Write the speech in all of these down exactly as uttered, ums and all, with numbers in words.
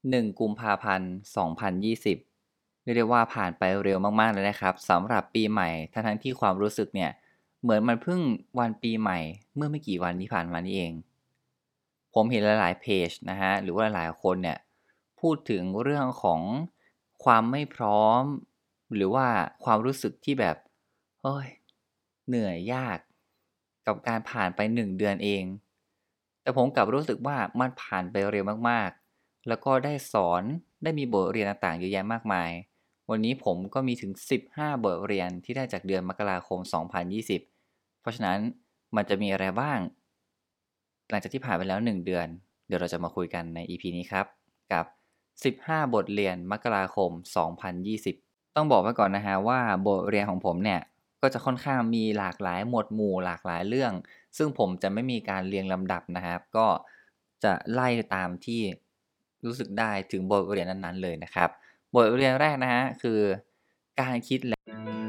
หนึ่งกุมภาพันธ์สองพันยี่สิบเรียกได้ว่าผ่านไปเร็วมากๆเลยนะครับสำหรับปีใหม่ทั้งๆที่ความรู้สึกเนี่ยเหมือนมันเพิ่งวันปีใหม่เมื่อไม่กี่วันที่ผ่านมานี่เองผมเห็นหลายๆเพจนะฮะหรือว่าหลายๆคนเนี่ยพูดถึงเรื่องของความไม่พร้อมหรือว่าความรู้สึกที่แบบเฮ้ยเหนื่อยยากกับการผ่านไปหนึ่งเดือนเองแต่ผมกลับรู้สึกว่ามันผ่านไปเร็วมากๆ แล้วก็ได้สอนได้มีบทเรียนต่างๆเยอะแยะมากมายวันนี้ผมก็มีถึงสิบห้าบทเรียนที่ได้จากเดือนมกราคมสองพันยี่สิบเพราะฉะนั้นมันจะมีอะไรบ้างหลังจากที่ผ่านไปแล้วหนึ่งเดือนเดี๋ยวเราจะมาคุยกันใน อี พี นี้ครับกับสิบห้าบทเรียนมกราคมสองพันยี่สิบต้องบอกไว้ก่อนนะฮะว่าบทเรียนของผมเนี่ยก็จะค่อนข้างมีหลากหลายหมวดหมู่หลากหลายเรื่องซึ่งผมจะไม่มีการเรียงลำดับนะครับก็จะไล่ตามที่รู้สึกได้ถึงบทเรียนนั้นๆเลยนะครับบทเรียนแรกนะฮะคือการคิดและ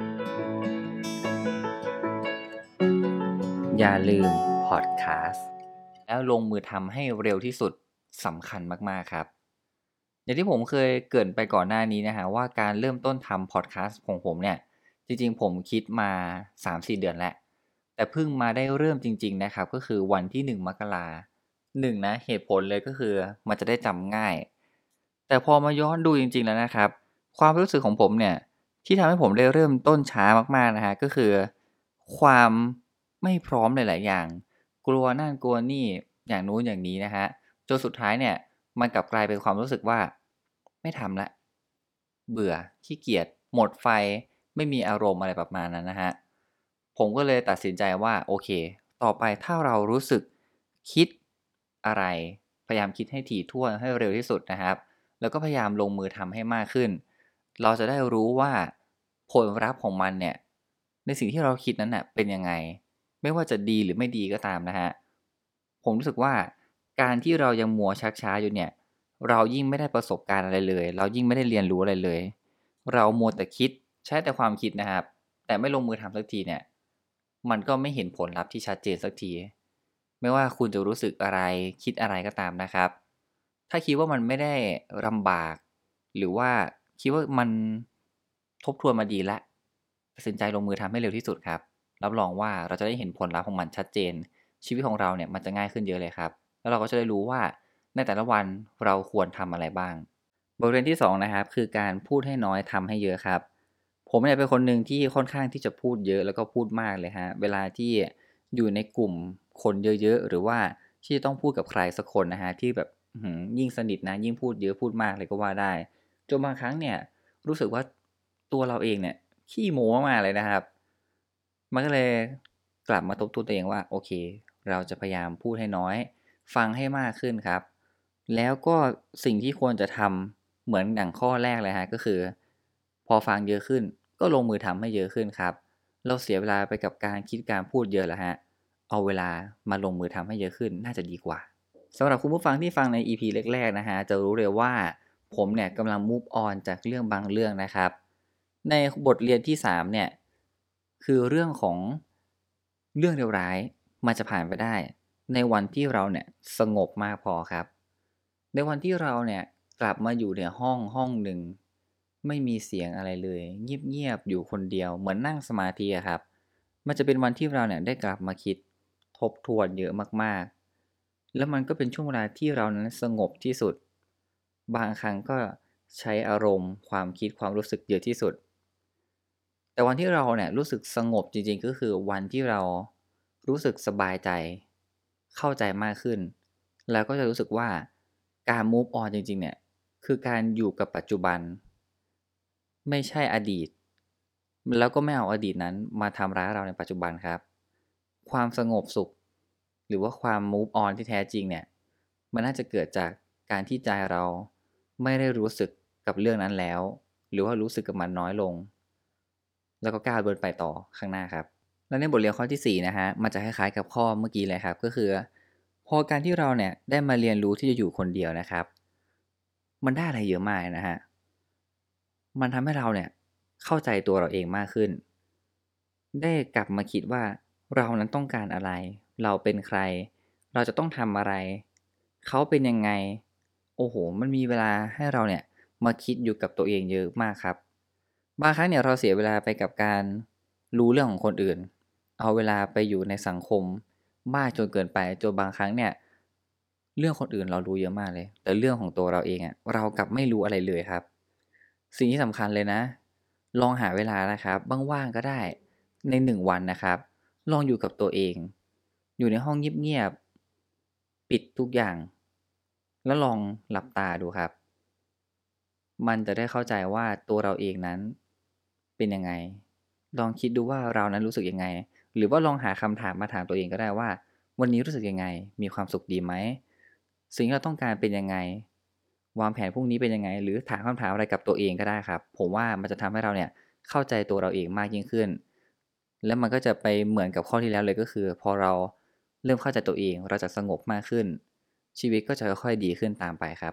อย่าลืมพอดแคสต์แล้วลงมือทำให้เร็วที่สุดสำคัญมากๆครับอย่างที่ผมเคยเกริ่นไปก่อนหน้านี้นะฮะว่าการเริ่มต้นทำพอดแคสต์ของผมเนี่ยจริงๆผมคิดมาสามถึงสี่เดือนแล้วแต่เพิ่งมาได้เริ่มจริงๆนะครับก็คือวันที่หนึ่งมกราหนึ่งนะเหตุผลเลยก็คือมันจะได้จำง่ายแต่พอมาย้อนดูจริงๆแล้วนะครับความรู้สึกของผมเนี่ยที่ทำให้ผมได้เริ่มต้นช้ามากๆนะฮะก็คือความไม่พร้อมหลายๆอย่างกลัวนั่นกลัวนี่อย่างนู้นอย่างนี้นะฮะจนสุดท้ายเนี่ยมันกลับกลายเป็นความรู้สึกว่าไม่ทำละเบื่อขี้เกียจหมดไฟไม่มีอารมณ์อะไรประมาณนั้นนะฮะผมก็เลยตัดสินใจว่าโอเคต่อไปถ้าเรารู้สึกคิดอะไรพยายามคิดให้ถี่ถ้วนให้เร็วที่สุดนะครับแล้วก็พยายามลงมือทำให้มากขึ้นเราจะได้รู้ว่าผลลัพธ์ของมันเนี่ยในสิ่งที่เราคิดนั้นน่ะเป็นยังไงไม่ว่าจะดีหรือไม่ดีก็ตามนะฮะผมรู้สึกว่าการที่เรายังมัวชักช้าอยู่เนี่ยเรายิ่งไม่ได้ประสบการณ์อะไรเลยเรายิ่งไม่ได้เรียนรู้อะไรเลยเรามัวแต่คิดใช้แต่ความคิดนะครับแต่ไม่ลงมือทำสักทีเนี่ยมันก็ไม่เห็นผลลัพธ์ที่ชัดเจนสักทีไม่ว่าคุณจะรู้สึกอะไรคิดอะไรก็ตามนะครับถ้าคิดว่ามันไม่ได้ลำบากหรือว่าคิดว่ามันทบทวนมาดีแล้วตัดสินใจลงมือทำให้เร็วที่สุดครับรับรองว่าเราจะได้เห็นผลลัพธ์ของมันชัดเจนชีวิตของเราเนี่ยมันจะง่ายขึ้นเยอะเลยครับแล้วเราก็จะได้รู้ว่าในแต่ละวันเราควรทำอะไรบ้างบทเรียนที่สองนะครับคือการพูดให้น้อยทำให้เยอะครับผมเนี่ยเป็นคนหนึ่งที่ค่อนข้างที่จะพูดเยอะแล้วก็พูดมากเลยฮะเวลาที่อยู่ในกลุ่มคนเยอะๆหรือว่าที่จะต้องพูดกับใครสักคนนะฮะที่แบบยิ่งสนิทนะยิ่งพูดเยอะพูดมากเลยก็ว่าได้จนบางครั้งเนี่ยรู้สึกว่าตัวเราเองเนี่ยขี้โม้มากเลยนะครับมันก็เลยกลับมาทบทวนตัวเองว่าโอเคเราจะพยายามพูดให้น้อยฟังให้มากขึ้นครับแล้วก็สิ่งที่ควรจะทำเหมือนอย่างข้อแรกเลยฮะก็คือพอฟังเยอะขึ้นก็ลงมือทำให้เยอะขึ้นครับเราเสียเวลาไปกับการคิดการพูดเยอะแล้วฮะเอาเวลามาลงมือทำให้เยอะขึ้นน่าจะดีกว่าสำหรับคุณผู้ฟังที่ฟังใน อี พี แรกๆนะฮะจะรู้เลยว่าผมเนี่ยกำลัง move on จากเรื่องบางเรื่องนะครับในบทเรียนที่สามเนี่ยคือเรื่องของเรื่องเลวร้ายมันจะผ่านไปได้ในวันที่เราเนี่ยสงบมากพอครับในวันที่เราเนี่ยกลับมาอยู่ในห้องห้องหนึ่งไม่มีเสียงอะไรเลยเงียบๆอยู่คนเดียวเหมือนนั่งสมาธิอะครับมันจะเป็นวันที่เราเนี่ยได้กลับมาคิดทบทวนเยอะมากๆแล้วมันก็เป็นช่วงเวลาที่เรานั้นสงบที่สุดบางครั้งก็ใช้อารมณ์ความคิดความรู้สึกเยอะที่สุด แต่วันที่เราเนี่ยรู้สึกสงบจริงๆก็คือวันที่เรารู้สึกสบายใจเข้าใจมากขึ้นแล้วก็จะรู้สึกว่าการ move on จริงๆเนี่ยคือการอยู่กับปัจจุบันไม่ใช่อดีตแล้วก็ไม่เอาอดีตนั้นมาทำร้ายเราในปัจจุบันครับความสงบสุขหรือว่าความ move on ที่แท้จริงเนี่ยมันน่าจะเกิดจากการที่ใจเราไม่ได้รู้สึกกับเรื่องนั้นแล้วหรือว่ารู้สึกกับมันน้อยลง แล้วก็ก้าวเดินไปต่อข้างหน้าครับแล้วในบทเรียนข้อที่สี่นะฮะมันจะคล้ายๆกับข้อเมื่อกี้เลยครับก็คือพอการที่เราเนี่ยได้มาเรียนรู้ที่จะอยู่คนเดียวนะครับมันได้อะไรเยอะมากนะฮะมันทำให้เราเนี่ยเข้าใจตัวเราเองมากขึ้นได้กลับมาคิดว่าเรานั้นต้องการอะไรเราเป็นใครเราจะต้องทำอะไรเขาเป็นยังไงโอ้โฮมันมีเวลาให้เราเนี่ยมาคิดอยู่กับตัวเองเยอะมากครับบางครั้งเนี่ยเราเสียเวลาไปกับการรู้เรื่องของคนอื่นเอาเวลาไปอยู่ในสังคมมากจนเกินไปจนบางครั้งเนี่ยเรื่องคนอื่นเรารู้เยอะมากเลยแต่เรื่องของตัวเราเองอะเรากลับไม่รู้อะไรเลยครับสิ่งที่สำคัญเลยนะลองหาเวลานะครับว่างๆก็ได้ในหนึ่งวันนะครับลองอยู่กับตัวเองอยู่ในห้องเงียบๆปิดทุกอย่างแล้วลองหลับตาดูครับ มันจะได้เข้าใจว่าตัวเราเองนั้นเป็นยังไง ลองคิดดูว่าเรานั้นรู้สึกยังไง หรือว่าลองหาคำถามมาถามตัวเองก็ได้ว่าวันนี้รู้สึกยังไง มีความสุขดีไหม สิ่งที่เราต้องการเป็นยังไง วางแผนพรุ่งนี้เป็นยังไง หรือถามคำถามอะไรกับตัวเองก็ได้ครับ ผมว่ามันจะทำให้เราเนี่ยเข้าใจตัวเราเองมากยิ่งขึ้น แล้วมันก็จะไปเหมือนกับข้อที่แล้วเลยก็คือพอเราเริ่มเข้าใจตัวเองเราจะสงบมากขึ้นชีวิตก็จะค่อยๆดีขึ้นตามไปครับ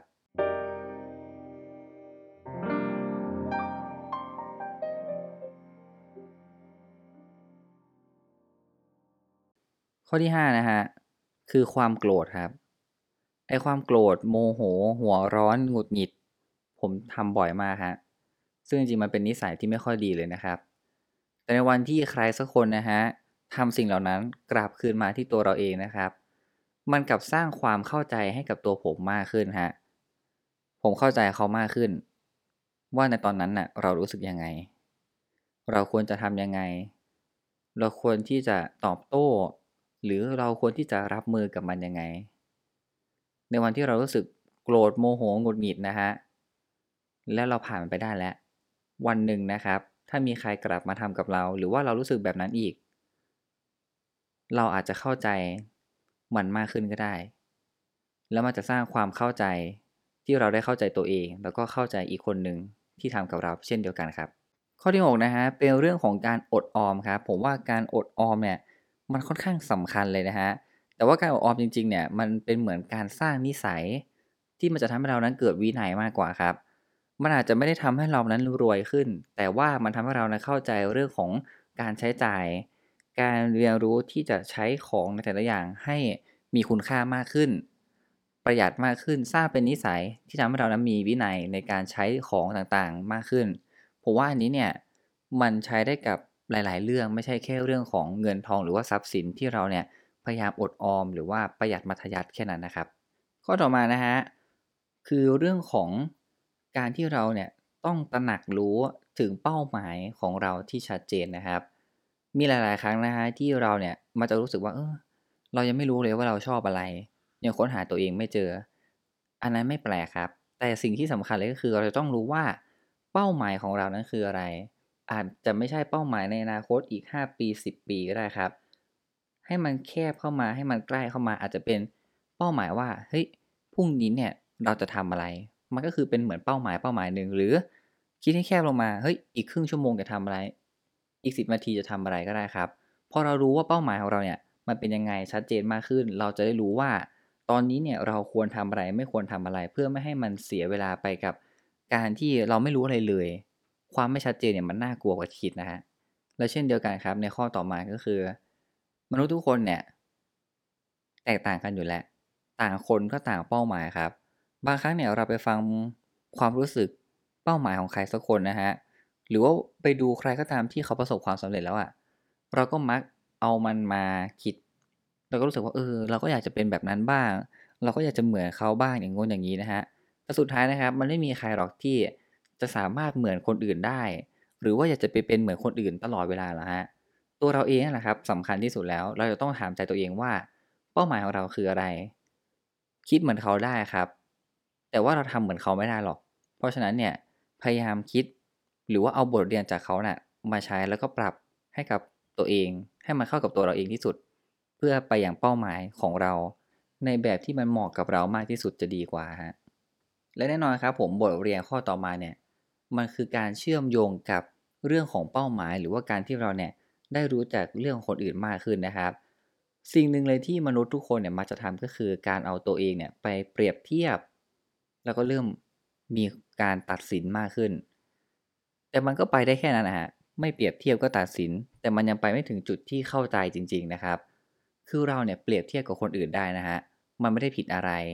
ข้อที่ห้านะฮะคือความโกรธครับไอ้ความโกรธโมโหหัวร้อนหงุดหงิดผมทำบ่อยมากฮะซึ่งจริงๆมันเป็นนิสัยที่ไม่ค่อยดีเลยนะครับแต่ในวันที่ใครสักคนนะฮะทำสิ่งเหล่านั้นกลับคืนมาที่ตัวเราเองนะครับมันกลับสร้างความเข้าใจให้กับตัวผมมากขึ้นฮะผมเข้าใจเขามากขึ้นว่าในตอนนั้นน่ะเรารู้สึกยังไงเราควรจะทำยังไงเราควรที่จะตอบโต้ หรือเราควรที่จะรับมือกับมันยังไงในวันที่เรารู้สึกโกรธโมโหหงุดหงิดนะฮะแล้วเราผ่านมันไปได้แล้ววันหนึ่งนะครับถ้ามีใครกลับมาทำกับเราหรือว่าเรารู้สึกแบบนั้นอีกเราอาจจะเข้าใจมันมากขึ้นก็ได้แล้วมันจะสร้างความเข้าใจที่เราได้เข้าใจตัวเองแล้วก็เข้าใจอีกคนหนึ่งที่ทำกับเราเช่นเดียวกันครับ ข้อที่หกนะฮะเป็นเรื่องของการอดออมครับผมว่าการอดออมเนี่ยมันค่อนข้างสำคัญเลยนะฮะแต่ว่าการอดออมจริงๆเนี่ยมันเป็นเหมือนการสร้างนิสัยที่มันจะทำให้เรานั้นเกิดวินัยมากกว่าครับมันอาจจะไม่ได้ทำให้เรานั้นรวยขึ้นแต่ว่ามันทำให้เรานั้นเข้าใจเรื่องของการใช้จ่ายการเรียนรู้ที่จะใช้ของในแต่ละอย่างให้มีคุณค่ามากขึ้นประหยัดมากขึ้นสร้างเป็นนิสัยที่ทำให้เรานั้นมีวินัยในการใช้ของต่างๆมากขึ้น ผมว่าอันนี้เนี่ยมันใช้ได้กับหลายๆเรื่องไม่ใช่แค่เรื่องของเงินทองหรือว่าทรัพย์สินที่เราเนี่ยพยายามอดออมหรือว่าประหยัดมัธยัสถ์แค่นั้นนะครับข้อต่อมานะฮะคือเรื่องของการที่เราเนี่ยต้องตระหนักรู้ถึงเป้าหมายของเราที่ชัดเจนนะครับมีหลายๆครั้งนะฮะที่เราเนี่ยมันจะรู้สึกว่าเออเรายังไม่รู้เลยว่าเราชอบอะไรยังค้นหาตัวเองไม่เจออันนั้นไม่แปลกครับแต่สิ่งที่สำคัญเลยก็คือเราจะต้องรู้ว่า เป้าหมายของเรานั้นคืออะไรอาจจะไม่ใช่เป้าหมายในอนาคตอีกห้าปีสิบปีก็ได้ครับให้มันแคบเข้ามาให้มันใกล้เข้ามาอาจจะเป็นเป้าหมายว่าเฮ้ยพรุ่งนี้เนี่ยเราจะทำอะไรมันก็คือเป็นเหมือนเป้าหมายเป้าหมายหนึ่งหรือคิดให้แคบลงมาเฮ้ยอีกครึ่งชั่วโมงจะทำอะไรอีกสิบนาทีจะทำอะไรก็ได้ครับพอเรารู้ว่าเป้าหมายของเราเนี่ยมันเป็นยังไงชัดเจนมากขึ้นเราจะได้รู้ว่าตอนนี้เนี่ยเราควรทำอะไรไม่ควรทำอะไรเพื่อไม่ให้มันเสียเวลาไปกับ การที่เราไม่รู้อะไรเลยความไม่ชัดเจนเนี่ยมันน่ากลัวกว่าที่คิดนะฮะและเช่นเดียวกันครับในข้อต่อมาก็คือมนุษย์ทุกคนเนี่ยแตกต่างกันอยู่แล้วต่างคนก็ต่างเป้าหมายครับบางครั้งเนี่ยเราไปฟังความรู้สึกเป้าหมายของใครสักคนนะฮะหรือว่าไปดูใครก็ตามที่เขาประสบความสำเร็จแล้วอะเราก็มักเอามันมาคิดเราก็รู้สึกว่าเออเราก็อยากจะเป็นแบบนั้นบ้างเราก็อยากจะเหมือนเขาบ้างอย่างงู้นอย่างนี้นะฮะ แต่สุดท้ายนะครับมันไม่มีใครหรอกที่จะสามารถเหมือนคนอื่นได้หรือว่าอยากจะไปเป็นเหมือนคนอื่นตลอดเวลาหรอฮะตัวเราเองนั่นแหละครับสำคัญที่สุดแล้วเราจะต้องถามใจตัวเองว่าเป้าหมายของเราคืออะไรคิดเหมือนเขาได้ครับแต่ว่าเราทำเหมือนเขาไม่ได้หรอกเพราะฉะนั้นเนี่ยพยายามคิดหรือว่าเอาบทเรียนจากเขาน่ะมาใช้แล้วก็ปรับให้กับตัวเองให้มันเข้ากับตัวเราเองที่สุดเพื่อไปอย่างเป้าหมายของเราในแบบที่มันเหมาะกับเรามากที่สุดจะดีกว่าฮะ และแน่นอนครับผมบทเรียนข้อต่อมาเนี่ยมันคือการเชื่อมโยงกับเรื่องของเป้าหมายหรือว่าการที่เราเนี่ยได้รู้จักเรื่องของคนอื่นมากขึ้นนะครับสิ่งหนึ่งเลยที่มนุษย์ทุกคนเนี่ยมักจะทำก็คือการเอาตัวเองเนี่ยไปเปรียบเทียบแล้วก็เริ่มมีการตัดสินมากขึ้นแต่มันก็ไปได้แค่นั้นนะฮะไม่เปรียบเทียบก็ตัดสินแต่มันยังไปไม่ถึงจุดที่เข้าใจจริงๆนะครับคือเราเนี่ยเปรียบเทียบกับคนอื่นได้นะฮะมันไม่ได้ผิดอะไร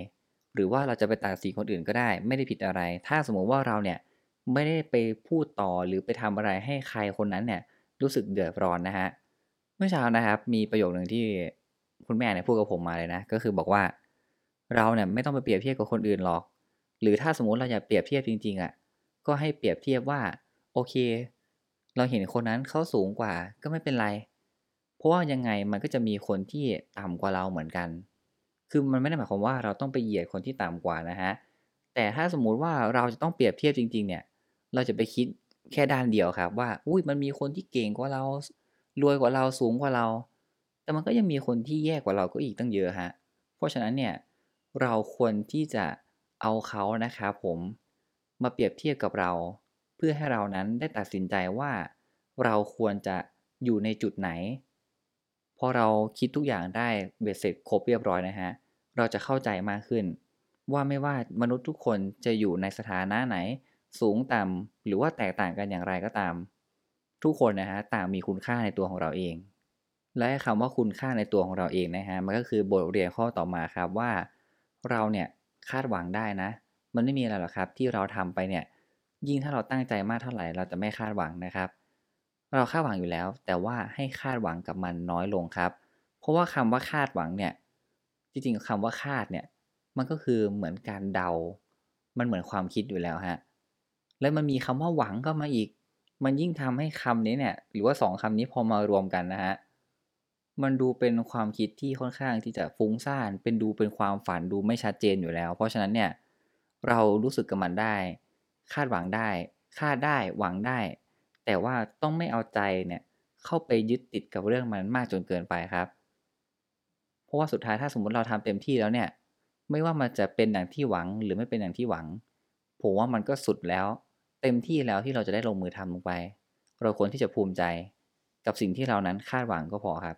หรือว่าเราจะไปตัดสินคนอื่นก็ได้ไม่ได้ผิดอะไรถ้าสมมุติว่าเราเนี่ยไม่ได้ไปพูดต่อหรือไปทำอะไรให้ใครคนนั้นเนี่ยรู้สึกเดือดร้อนนะฮะเมื่อเช้านะครับมีประโยคนึงที่คุณแม่เนี่ยพูดกับผมมาเลยนะก็คือบอกว่าเราเนี่ยไม่ต้องไปเปรียบเทียบกับคนอื่นหรอกหรือถ้าสมมุติเราอยากเปรียบเทียบจริงๆอ่ะก็ให้เปรียบเทียบว่าโอเคเราเห็นคนนั้นเขาสูงกว่าก็ไม่เป็นไรเพราะว่ายังไงมันก็จะมีคนที่ต่ำกว่าเราเหมือนกันคือมันไม่ได้หมายความว่าเราต้องไปเหยียดคนที่ต่ำกว่านะฮะแต่ถ้าสมมุติว่าเราจะต้องเปรียบเทียบจริงๆเนี่ยเราจะไปคิดแค่ด้านเดียวครับว่าอุ้ยมันมีคนที่เก่งกว่าเรารวยกว่าเราสูงกว่าเราแต่มันก็ยังมีคนที่แย่กว่าเราก็อีกตั้งเยอะฮะเพราะฉะนั้นเนี่ยเราควรที่จะเอาเขานะครับผมมาเปรียบเทียบกับเราเพื่อให้เรานั้นได้ตัดสินใจว่าเราควรจะอยู่ในจุดไหนพอเราคิดทุกอย่างได้เบ็ดเสร็จครบเรียบร้อยนะฮะเราจะเข้าใจมากขึ้นว่าไม่ว่ามนุษย์ทุกคนจะอยู่ในสถานะไหนสูงต่ำหรือว่าแตกต่างกันอย่างไรก็ตามทุกคนนะฮะต่างมีคุณค่าในตัวของเราเองและคำว่าคุณค่าในตัวของเราเองนะฮะมันก็คือบทเรียนข้อต่อมาครับว่าเราเนี่ยคาดหวังได้นะมันไม่มีอะไรหรอกครับที่เราทำไปเนี่ยยิ่งถ้าเราตั้งใจมากเท่าไหร่เราจะไม่คาดหวังนะครับเราคาดหวังอยู่แล้วแต่ว่าให้คาดหวังกับมันน้อยลงครับเพราะว่าคำว่าคาดหวังเนี่ยจริงๆคำว่าคาดเนี่ยมันก็คือเหมือนการเดามันเหมือนความคิดอยู่แล้วฮะแล้วมันมีคำว่าหวังเข้ามาอีกมันยิ่งทำให้คำนี้เนี่ยหรือว่าสองคำนี้พอมารวมกันนะฮะมันดูเป็นความคิดที่ค่อนข้างที่จะฟุ้งซ่านเป็นดูเป็นความฝันดูไม่ชัดเจนอยู่แล้วเพราะฉะนั้นเนี่ยเรารู้สึกกับมันได้คาดหวังได้คาดได้หวังได้ แต่ว่าต้องไม่เอาใจเนี่ยเข้าไปยึดติดกับเรื่องมันมากจนเกินไปครับเพราะว่าสุดท้ายถ้าสมมุติเราทำเต็มที่แล้วเนี่ยไม่ว่ามันจะเป็นอย่างที่หวังหรือไม่เป็นอย่างที่หวังผมว่ามันก็สุดแล้วเต็มที่แล้วที่เราจะได้ลงมือทำลงไปเราควรที่จะภูมิใจกับสิ่งที่เรานั้นคาดหวังก็พอครับ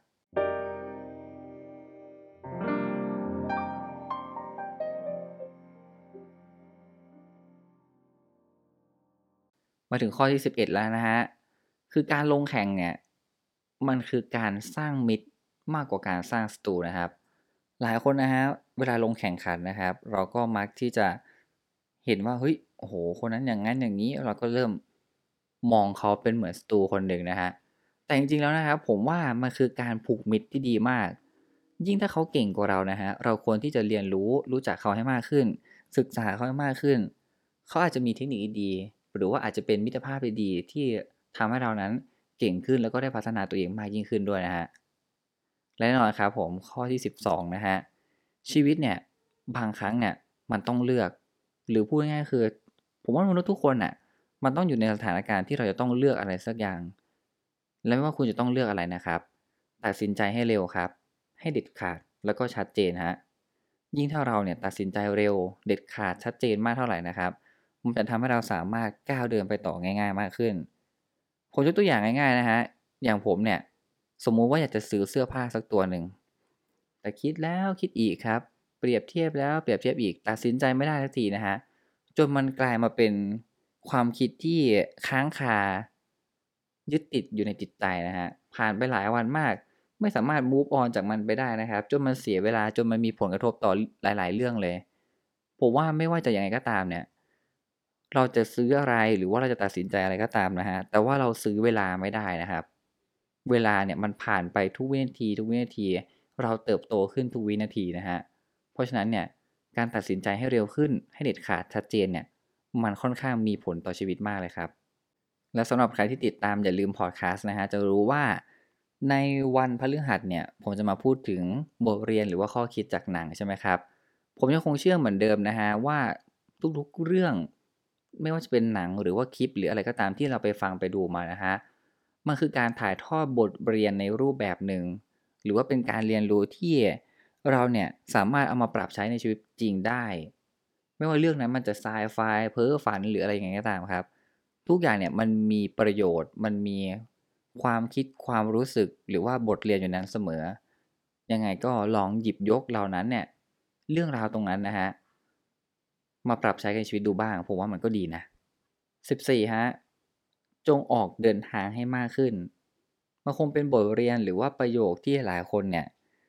มาถึงข้อที่สิบเอ็ดแล้วนะฮะคือการลงแข่งเนี่ยมันคือการสร้างมิตรมากกว่าการสร้างศัตรูนะครับ หลายคนนะฮะเวลาลงแข่งขันนะครับเราก็มักที่จะเห็นว่าเฮ้ยโอ้โหคนนั้นอย่างนั้นอย่างนี้เราก็เริ่มมองเขาเป็นเหมือนศัตรูคนหนึ่งนะฮะแต่จริงๆแล้วนะครับผมว่ามันคือการผูกมิตรที่ดีมากยิ่งถ้าเขาเก่งกว่าเรานะฮะเราควรที่จะเรียนรู้รู้จักเขาให้มากขึ้นศึกษาเขาให้มากขึ้นเขาอาจจะมีเทคนิคดีหรือว่าอาจจะเป็นมิตรภาพดีที่ทำให้เรานั้นเก่งขึ้นแล้วก็ได้พัฒนาตัวเองมากยิ่งขึ้นด้วยนะฮะ และแน่นอนครับผมข้อที่สิบสองนะฮะชีวิตเนี่ยบางครั้งเนี่ยมันต้องเลือกหรือพูดง่ายๆคือผมว่ามนุษย์ทุกคนน่ะมันต้องอยู่ในสถานการณ์ที่เราจะต้องเลือกอะไรสักอย่างและไม่ว่าคุณจะต้องเลือกอะไรนะครับตัดสินใจให้เร็วครับให้เด็ดขาดแล้วก็ชัดเจนฮะยิ่งถ้าเราเนี่ยตัดสินใจเร็วเด็ดขาดชัดเจนมากเท่าไหร่นะครับมันจะทำให้เราสามารถก้าวเดินไปต่อง่ายๆมากขึ้นผมยกตัวอย่างง่ายๆนะฮะอย่างผมเนี่ย สมมุติว่าอยากจะซื้อเสื้อผ้าสักตัวหนึ่งแต่คิดแล้วคิดอีกครับเปรียบเทียบแล้วเปรียบเทียบอีกตัดสินใจไม่ได้สักทีนะฮะจนมันกลายมาเป็นความคิดที่ค้างคายึดติดอยู่ในจิตใจนะฮะผ่านไปหลายวันมากไม่สามารถ move on จากมันไปได้นะครับจนมันเสียเวลาจนมันมีผลกระทบต่อหลายๆเรื่องเลยผมว่าไม่ว่าจะยังไงก็ตามเนี่ยเราจะซื้ออะไรหรือว่าเราจะตัดสินใจอะไรก็ตามนะฮะแต่ว่าเราซื้อเวลาไม่ได้นะครับ เวลาเนี่ยมันผ่านไปทุกวินาทีทุกวินาทีเราเติบโตขึ้นทุกวินาทีนะฮะเพราะฉะนั้นเนี่ยการตัดสินใจให้เร็วขึ้นให้เด็ดขาดชัดเจนเนี่ยมันค่อนข้างมีผลต่อชีวิตมากเลยครับและสำหรับใครที่ติดตามอย่าลืมพอดแคสต์นะฮะจะรู้ว่าในวันพฤหัสเนี่ยผมจะมาพูดถึงบทเรียนหรือว่าข้อคิดจากหนังใช่ไหมครับผมยังคงเชื่อเหมือนเดิมนะฮะว่าทุกๆเรื่องไม่ว่าจะเป็นหนังหรือว่าคลิปหรืออะไรก็ตามที่เราไปฟังไปดูมานะฮะ มันคือการถ่ายทอดบทเรียนในรูปแบบหนึ่งหรือว่าเป็นการเรียนรู้ที่เราเนี่ยสามารถเอามาปรับใช้ในชีวิตจริงได้ไม่ว่าเรื่องนั้นมันจะไซไฟเพ้อฝันหรืออะไรอย่างเงี้ยก็ตามครับทุกอย่างเนี่ยมันมีประโยชน์มันมีความคิดความรู้สึกหรือว่าบทเรียนอยู่นั้นเสมอยังไงก็ลองหยิบยกเหล่านั้นเนี่ยเรื่องราวตรงนั้นนะฮะมาปรับใช้ในชีวิตดูบ้างผมว่ามันก็ดีนะสิบสี่ฮะ จงออกเดินทางให้มากขึ้นมันคงเป็นบทเรียนหรือว่าประโยคที่หลายคนเนี่ย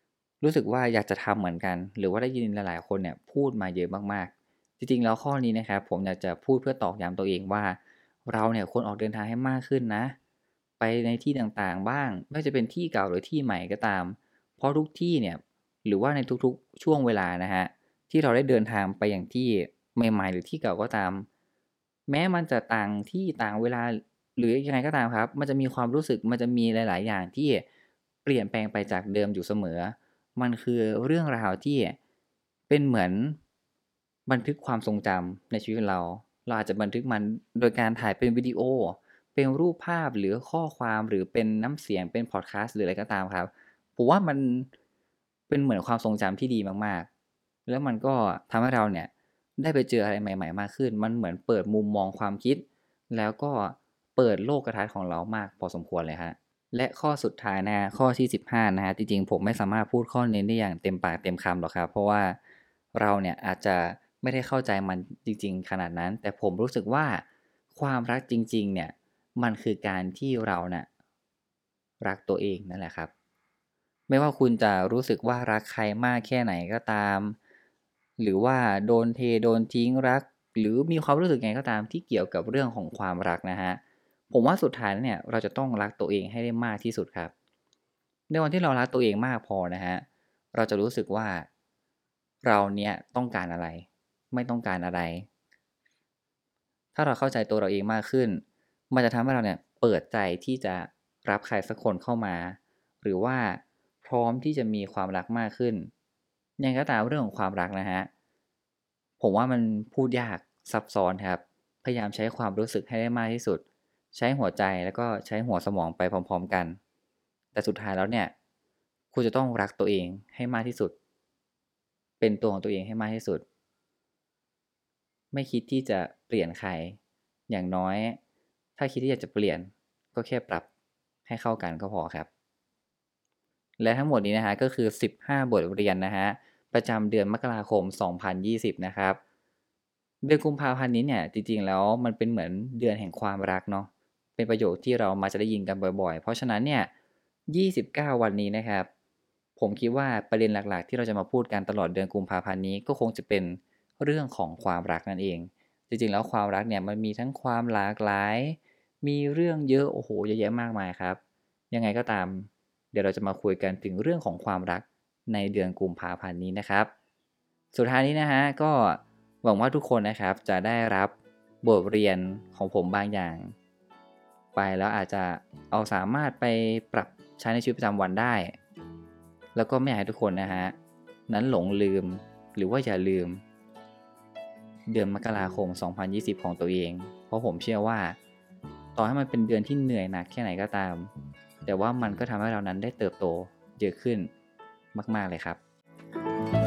รู้สึกว่าอยากจะทำเหมือนกันหรือว่าได้ยินหลายๆคนเนี่ยพูดมาเยอะมากๆจริงๆแล้วข้อนี้นะครับผมอยากจะพูดเพื่อตอกย้ำตัวเองว่าเราเนี่ยควรออกเดินทางให้มากขึ้นนะไปในที่ต่างๆบ้างไม่ว่าจะเป็นที่เก่าหรือที่ใหม่ก็ตามเพราะทุกที่เนี่ยหรือว่าในทุกๆช่วงเวลานะฮะที่เราได้เดินทางไปอย่างที่ใหม่ๆหรือที่เก่าก็ตามแม้มันจะต่างที่ต่างเวลาหรือยังไงก็ตามครับมันจะมีความรู้สึกมันจะมีหลายๆอย่างที่เปลี่ยนแปลงไปจากเดิมอยู่เสมอ มันคือเรื่องราวที่เป็นเหมือนบันทึกความทรงจำในชีวิตเรา เราอาจจะบันทึกมันโดยการถ่ายเป็นวิดีโอ เป็นรูปภาพหรือข้อความหรือเป็นน้ำเสียงเป็นพอดแคสต์หรืออะไรก็ตามครับผมว่ามันเป็นเหมือนความทรงจำที่ดีมากๆแล้วมันก็ทำให้เราเนี่ยได้ไปเจออะไรใหม่ๆมากขึ้นมันเหมือนเปิดมุมมองความคิดแล้วก็เปิดโลกทัศน์ของเรามากพอสมควรเลยฮะ และข้อสุดท้ายนะข้อที่สิบห้านะฮะจริงๆผมไม่สามารถพูดข้อนี้ได้อย่างเต็มปากเต็มคำหรอกครับเพราะว่าเราเนี่ยอาจจะไม่ได้เข้าใจมันจริงๆขนาดนั้นแต่ผมรู้สึกว่าความรักจริงๆเนี่ยมันคือการที่เราเนี่ยรักตัวเองนั่นแหละครับไม่ว่าคุณจะรู้สึกว่ารักใครมากแค่ไหนก็ตามหรือว่าโดนเทโดนทิ้งรักหรือมีความรู้สึกไงก็ตามที่เกี่ยวกับเรื่องของความรักนะฮะ ผมว่าสุดท้ายแล้วเนี่ยเราจะต้องรักตัวเองให้ได้มากที่สุดครับในวันที่เรารักตัวเองมากพอนะฮะเราจะรู้สึกว่าเราเนี่ยต้องการอะไรไม่ต้องการอะไรถ้าเราเข้าใจตัวเราเองมากขึ้นมันจะทำให้เราเนี่ยเปิดใจที่จะรับใครสักคนเข้ามาหรือว่าพร้อมที่จะมีความรักมากขึ้นยังไงก็ตามเรื่องของความรักนะฮะผมว่ามันพูดยากซับซ้อนครับพยายามใช้ความรู้สึกให้ได้มากที่สุด ใช้หัวใจแล้วก็ใช้หัวสมองไปพร้อมๆกัน แต่สุดท้ายแล้วเนี่ยคุณจะต้องรักตัวเองให้มากที่สุด เป็นตัวของตัวเองให้มากที่สุด ไม่คิดที่จะเปลี่ยนใคร อย่างน้อยถ้าคิดที่อยากจะเปลี่ยนก็แค่ปรับให้เข้ากันก็พอครับ และทั้งหมดนี้นะฮะก็คือสิบห้าบทเรียนนะฮะประจำเดือนมกราคมสองพันยี่สิบนะครับเดือนกุมภาพันธ์นี้เนี่ยจริงๆแล้วมันเป็นเหมือนเดือนแห่งความรักเนาะเป็นประโยคที่เรามาจะได้ยินกันบ่อยๆเพราะฉะนั้นเนี่ยยี่สิบเก้าวันนี้นะครับผมคิดว่าประเด็นหลักๆที่เราจะมาพูดกันตลอดเดือนกุมภาพันธ์นี้ก็คงจะเป็นเรื่องของความรักนั่นเองจริงๆแล้วความรักเนี่ยมันมีทั้งความหลากหลายมีเรื่องเยอะโอ้โหเยอะแยะมากมายครับ ยังไงก็ตามเดี๋ยวเราจะมาคุยกันถึงเรื่องของความรักในเดือนกุมภาพันธ์นี้นะครับสุดท้ายนี้นะฮะก็หวังว่าทุกคนนะครับจะได้รับบทเรียนของผมบางอย่างไปแล้วอาจจะเอาสามารถไปปรับใช้ในชีวิตประจำวันได้แล้วก็ไม่อยากให้ทุกคนนะฮะนั้นหลงลืมหรือว่าอย่าลืมเดือนมกราคมสองพันยี่สิบของตัวเองเพราะผมเชื่อว่าต่อให้มันเป็นเดือนที่เหนื่อยหนักแค่ไหนก็ตาม แต่ว่ามันก็ทำให้เรานั้นได้เติบโตเยอะขึ้นมากๆเลยครับ